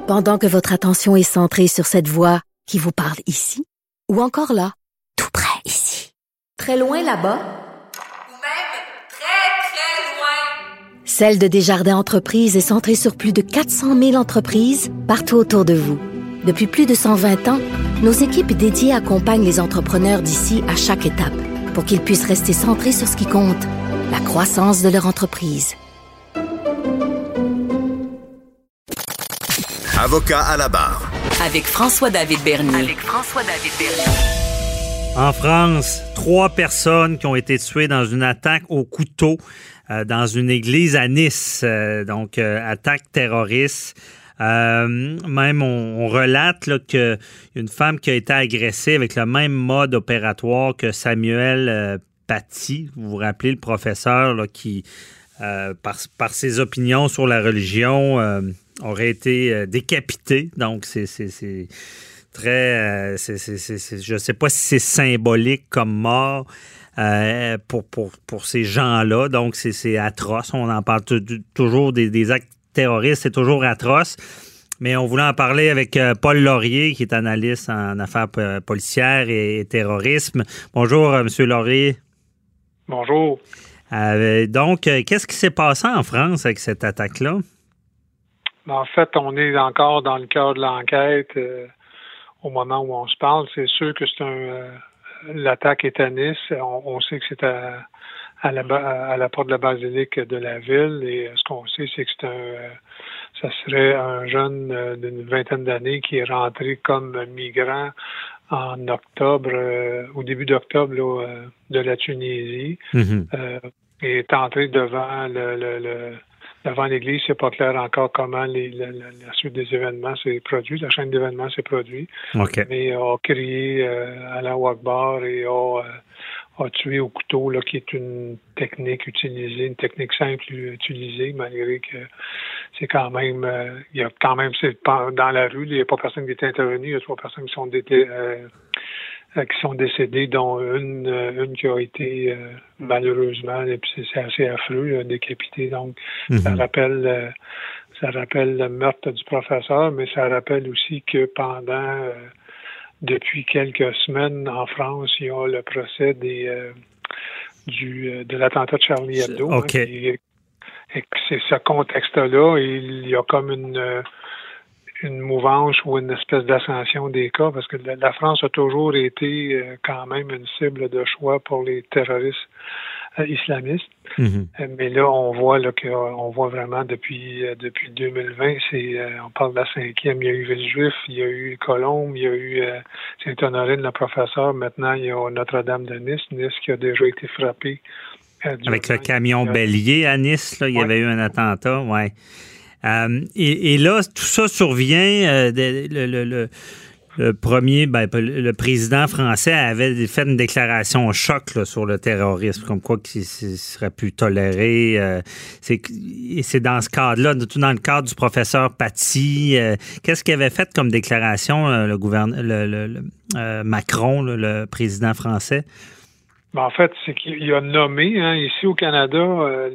Pendant que votre attention est centrée sur cette voix qui vous parle ici, ou encore là, tout près ici, très loin là-bas, ou même très, très loin. Celle de Desjardins Entreprises est centrée sur plus de 400 000 entreprises partout autour de vous. Depuis plus de 120 ans, nos équipes dédiées accompagnent les entrepreneurs d'ici à chaque étape pour qu'ils puissent rester centrés sur ce qui compte, la croissance de leur entreprise. Avocat à la barre. Avec François-David Bernier. En France, 3 personnes qui ont été tuées dans une attaque au couteau dans une église à Nice. Attaque terroriste. Même on relate là, qu'il y a une femme qui a été agressée avec le même mode opératoire que Samuel Paty. Vous vous rappelez, le professeur là, qui, par ses opinions sur la religion, aurait été décapité. Donc, c'est très... je ne sais pas si c'est symbolique comme mort pour ces gens-là. Donc, c'est atroce. On en parle toujours des actes terroristes. C'est toujours atroce. Mais on voulait en parler avec Paul Laurier, qui est analyste en affaires policières et terrorisme. Bonjour, M. Laurier. Bonjour. Qu'est-ce qui s'est passé en France avec cette attaque-là? En fait, on est encore dans le cœur de l'enquête au moment où on se parle. C'est sûr que l'attaque est à Nice. On sait que c'est à la porte de la basilique de la ville. Et ce qu'on sait, c'est que ça serait un jeune d'une vingtaine d'années qui est rentré comme migrant en octobre, au début d'octobre de la Tunisie, et est entré devant devant l'église. C'est pas clair encore comment la suite des événements s'est produite, la chaîne d'événements s'est produite. Okay. Mais a crié Allahu Akbar et a tué au couteau, là, qui est une technique utilisée, une technique simple utilisée, malgré que c'est quand même, il y a quand même, dans la rue, il n'y a pas personne qui est intervenu, il y a 3 personnes qui sont décédées, dont une qui a été malheureusement, et puis c'est assez affreux, décapitée. Donc, ça rappelle le meurtre du professeur, mais ça rappelle aussi que depuis quelques semaines en France, il y a le procès de l'attentat de Charlie Hebdo. Okay. Et que c'est ce contexte-là, il y a comme une mouvance ou une espèce d'ascension des cas, parce que la France a toujours été quand même une cible de choix pour les terroristes islamistes. Mais là, on voit vraiment depuis 2020, on parle de la 5e, il y a eu Villejuif, il y a eu Colombes, il y a eu Sainte-Honorine, le professeur, maintenant il y a Notre-Dame de Nice qui a déjà été frappée. Avec le camion bélier à Nice, là, il y avait eu un attentat, ouais. Et là, tout ça survient. Le président français avait fait une déclaration choc là, sur le terrorisme, comme quoi qu'il serait plus toléré. C'est dans ce cadre-là, tout dans le cadre du professeur Paty. Qu'est-ce qu'il avait fait comme déclaration, Macron, le président français? En fait, c'est qu'il a nommé, ici au Canada,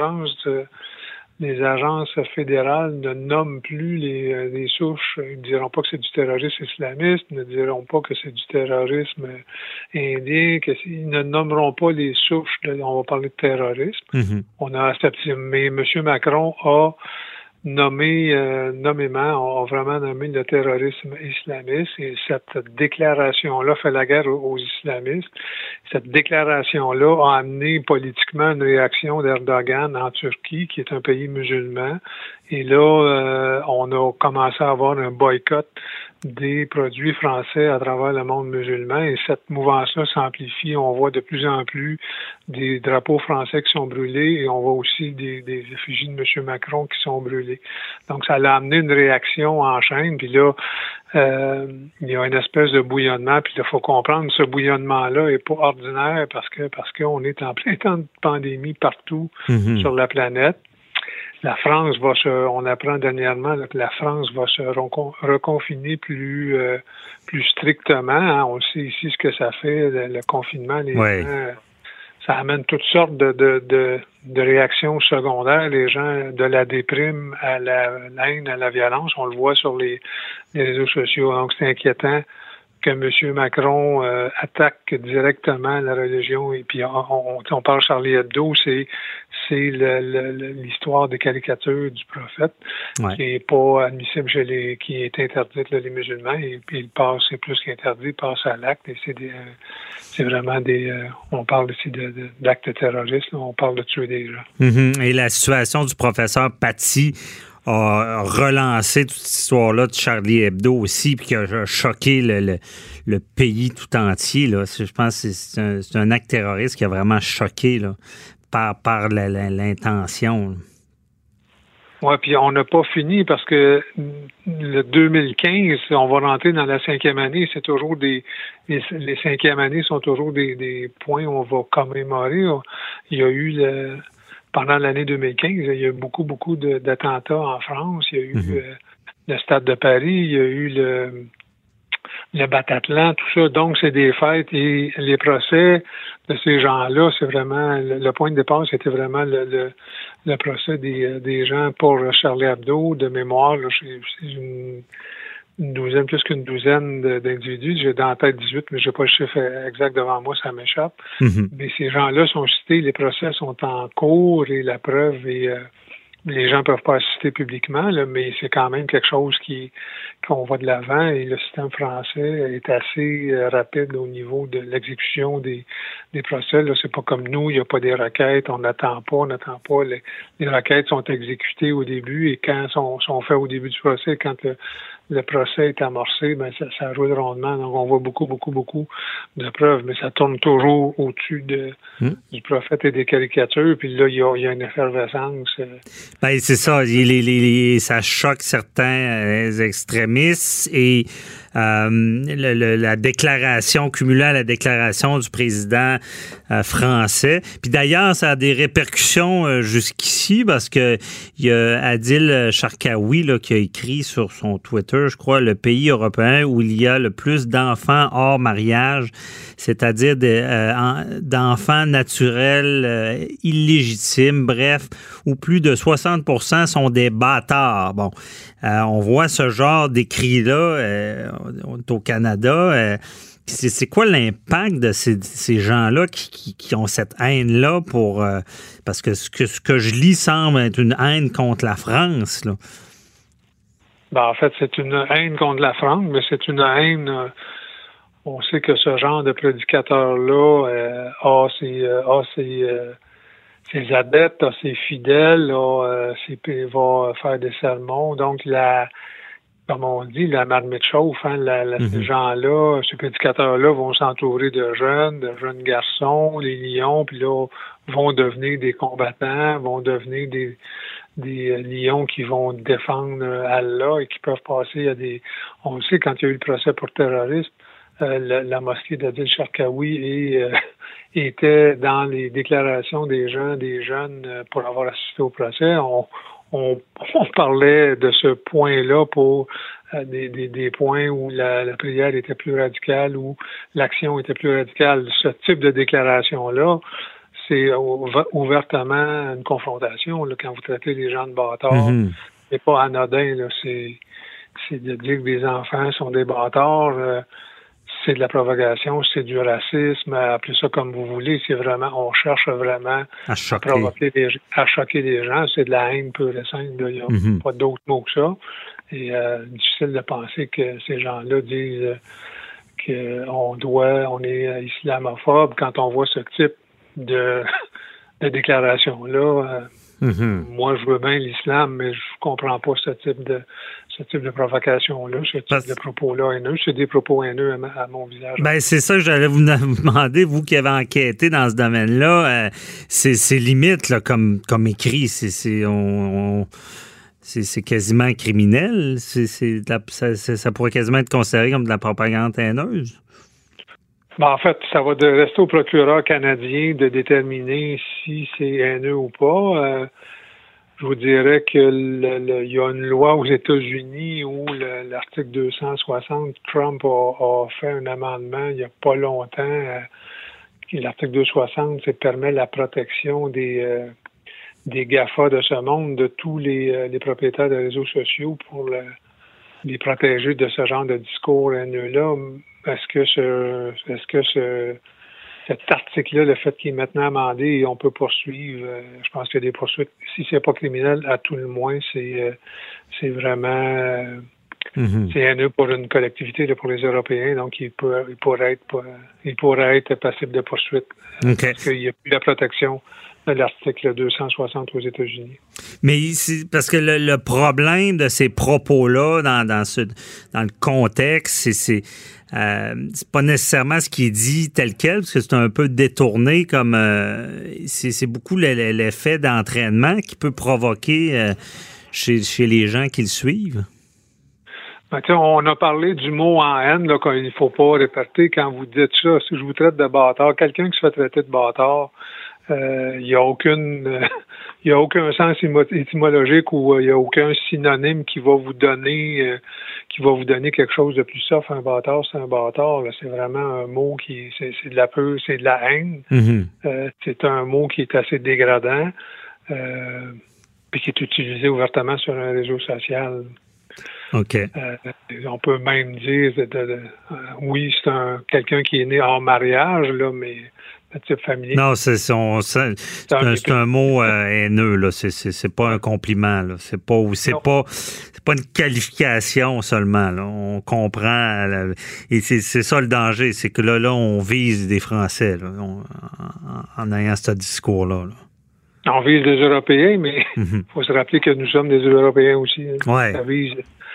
les agences fédérales ne nomment plus les souches. Ils ne diront pas que c'est du terrorisme islamiste, ne diront pas que c'est du terrorisme indien, ils ne nommeront pas les souches. On va parler de terrorisme. On a accepté, mais M. Macron a nommément, a vraiment nommé le terrorisme islamiste, et cette déclaration-là fait la guerre aux islamistes. Cette déclaration-là a amené politiquement une réaction d'Erdogan en Turquie, qui est un pays musulman. Et là, on a commencé à avoir un boycott des produits français à travers le monde musulman, et cette mouvance-là s'amplifie. On voit de plus en plus des drapeaux français qui sont brûlés, et on voit aussi des effigies de M. Macron qui sont brûlées. Donc, ça a amené une réaction en chaîne, puis là, il y a une espèce de bouillonnement, puis il faut comprendre, ce bouillonnement-là est pas ordinaire parce qu'on est en plein temps de pandémie partout sur la planète. La France on apprend dernièrement que la France va se reconfiner plus strictement. On sait ici ce que ça fait, le confinement. Les gens ça amène toutes sortes de réactions secondaires. Les gens, de la déprime à la haine, à la violence, on le voit sur les réseaux sociaux. Donc, c'est inquiétant que M. Macron attaque directement la religion. Et puis, on parle Charlie Hebdo, c'est l'histoire des caricatures du prophète, qui est pas admissible qui est interdite les musulmans. Et puis, c'est plus qu'interdit, il passe à l'acte. Et c'est vraiment on parle ici d'actes terroristes, on parle de tuer des gens. Mm-hmm. Et la situation du professeur Paty a relancé toute cette histoire-là de Charlie Hebdo aussi, puis qui a choqué le pays tout entier. Là. Je pense que c'est un acte terroriste qui a vraiment choqué là, par l'intention. Oui, puis on n'a pas fini parce que le 2015, on va rentrer dans la 5e année, c'est toujours les 5e années sont toujours des points où on va commémorer. Il y a eu pendant l'année 2015, il y a eu beaucoup d'attentats en France. Il y a eu le Stade de Paris, il y a eu le Bataclan, tout ça. Donc, c'est des fêtes et les procès de ces gens-là, c'est vraiment le point de départ, c'était vraiment le procès des gens pour Charlie Hebdo, de mémoire. Là, c'est plus qu'une douzaine d'individus. J'ai dans la tête 18, mais je n'ai pas le chiffre exact devant moi, ça m'échappe. Mm-hmm. Mais ces gens-là sont cités, les procès sont en cours et la preuve les gens ne peuvent pas assister publiquement, là, mais c'est quand même quelque chose qu'on va de l'avant et le système français est assez rapide au niveau de l'exécution des procès. Là, c'est pas comme nous, il n'y a pas des requêtes, on n'attend pas. Les requêtes sont exécutées au début et quand sont faites au début du procès, quand le procès est amorcé, ben ça roule rondement. Donc, on voit beaucoup de preuves, mais ça tourne toujours au-dessus du prophète et des caricatures. Puis là, il y a une effervescence. Ben, c'est ça. Ça choque certains extrémistes et la déclaration, cumulée à la déclaration du président français. Puis d'ailleurs, ça a des répercussions jusqu'ici parce que il y a Adil Sharkawi là, qui a écrit sur son Twitter, je crois, le pays européen où il y a le plus d'enfants hors mariage, c'est-à-dire d'enfants naturels illégitimes, bref, où plus de 60% sont des bâtards. Bon, on voit ce genre d'écrits-là au Canada. C'est quoi l'impact de ces gens-là qui ont cette haine-là parce que ce que je lis semble être une haine contre la France, là. Ben, en fait, c'est une haine contre la France, mais c'est une haine. On sait que ce genre de prédicateur-là a ses adeptes, a ses fidèles, va faire des sermons. Donc, comme on dit, la marmite chauffe. Ces gens-là, ces prédicateurs-là vont s'entourer de jeunes garçons, les lions, puis là, vont devenir des combattants, vont devenir des lions qui vont défendre Allah et qui peuvent passer à On le sait, quand il y a eu le procès pour terrorisme, la mosquée d'Adil Sharkawi était dans les déclarations des jeunes pour avoir assisté au procès. On parlait de ce point-là pour des points où la prière était plus radicale, où l'action était plus radicale. Ce type de déclaration-là, c'est ouvertement une confrontation. Là, quand vous traitez les gens de bâtards, c'est pas anodin. Là, c'est de dire que des enfants sont des bâtards. C'est de la provocation, c'est du racisme, appelez ça comme vous voulez. C'est vraiment, on cherche vraiment à choquer les gens. C'est de la haine pure et simple. Il n'y a pas d'autre mot que ça. Et difficile de penser que ces gens-là disent qu'on est islamophobe quand on voit ce type de déclaration-là. Moi, je veux bien l'islam, mais je comprends pas ce type de provocation-là, ce type de propos-là haineux. C'est des propos haineux à mon visage. Ben, c'est ça que j'allais vous demander, vous qui avez enquêté dans ce domaine-là. C'est limite là, comme écrit. C'est quasiment criminel. Ça pourrait quasiment être considéré comme de la propagande haineuse. Ben, en fait, ça va rester au procureur canadien de déterminer si c'est haineux ou pas. Je vous dirais que il y a une loi aux États-Unis où l'article 260, Trump a fait un amendement il n'y a pas longtemps l'article 260, permet la protection des GAFA de ce monde, de tous les propriétaires de réseaux sociaux pour les protéger de ce genre de discours haineux-là. Est-ce que cet article-là, le fait qu'il est maintenant amendé et on peut poursuivre, je pense qu'il y a des poursuites, si c'est pas criminel, à tout le moins, c'est vraiment c'est haineux pour une collectivité, là, pour les Européens, donc il pourrait être passible de poursuite. Okay. Parce qu'il n'y a plus la protection de l'article 260 aux États-Unis. Mais c'est parce que le problème de ces propos-là dans le contexte, c'est pas nécessairement ce qui est dit tel quel, parce que c'est un peu détourné, comme c'est beaucoup l'effet d'entraînement qui peut provoquer chez les gens qui le suivent. Ben, on a parlé du mot en haine, là, qu'il ne faut pas répéter quand vous dites ça. Si je vous traite de bâtard, quelqu'un qui se fait traiter de bâtard, il n'y a aucun sens étymologique ou il n'y a aucun synonyme qui va vous donner quelque chose de plus soft. Un bâtard, c'est un bâtard. Là. C'est vraiment un mot c'est de la haine. Mm-hmm. C'est un mot qui est assez dégradant, puis qui est utilisé ouvertement sur un réseau social. OK. On peut même dire oui, c'est quelqu'un qui est né hors mariage, là, mais de type familier. Non, c'est un mot haineux, là. C'est pas un compliment, là. C'est pas une qualification seulement, là. On comprend et c'est ça le danger, c'est que là on vise des Français, là, en ayant ce discours-là. Là. On vise des Européens, mais faut se rappeler que nous sommes des Européens aussi. Hein. Ouais. Ça vise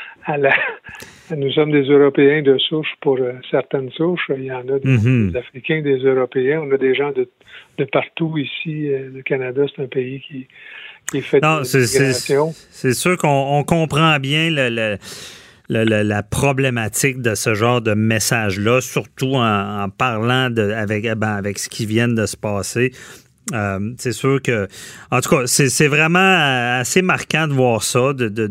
nous sommes des Européens de souche pour certaines souches. Il y en a des Africains, des Européens. On a des gens de partout ici. Le Canada, c'est un pays qui est fait de migration. C'est sûr qu'on comprend bien la problématique de ce genre de message-là, surtout en parlant avec ce qui vient de se passer. C'est sûr que, en tout cas, c'est vraiment assez marquant de voir ça,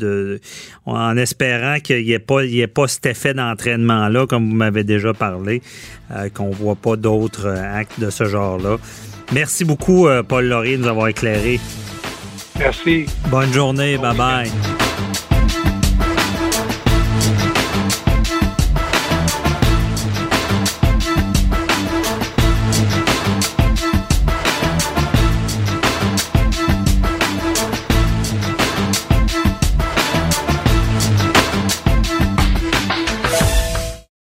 en espérant qu'il n'y ait pas cet effet d'entraînement-là, comme vous m'avez déjà parlé, qu'on ne voit pas d'autres actes de ce genre-là. Merci beaucoup, Paul Laurier, de nous avoir éclairé. Merci. Bonne journée. Bye-bye.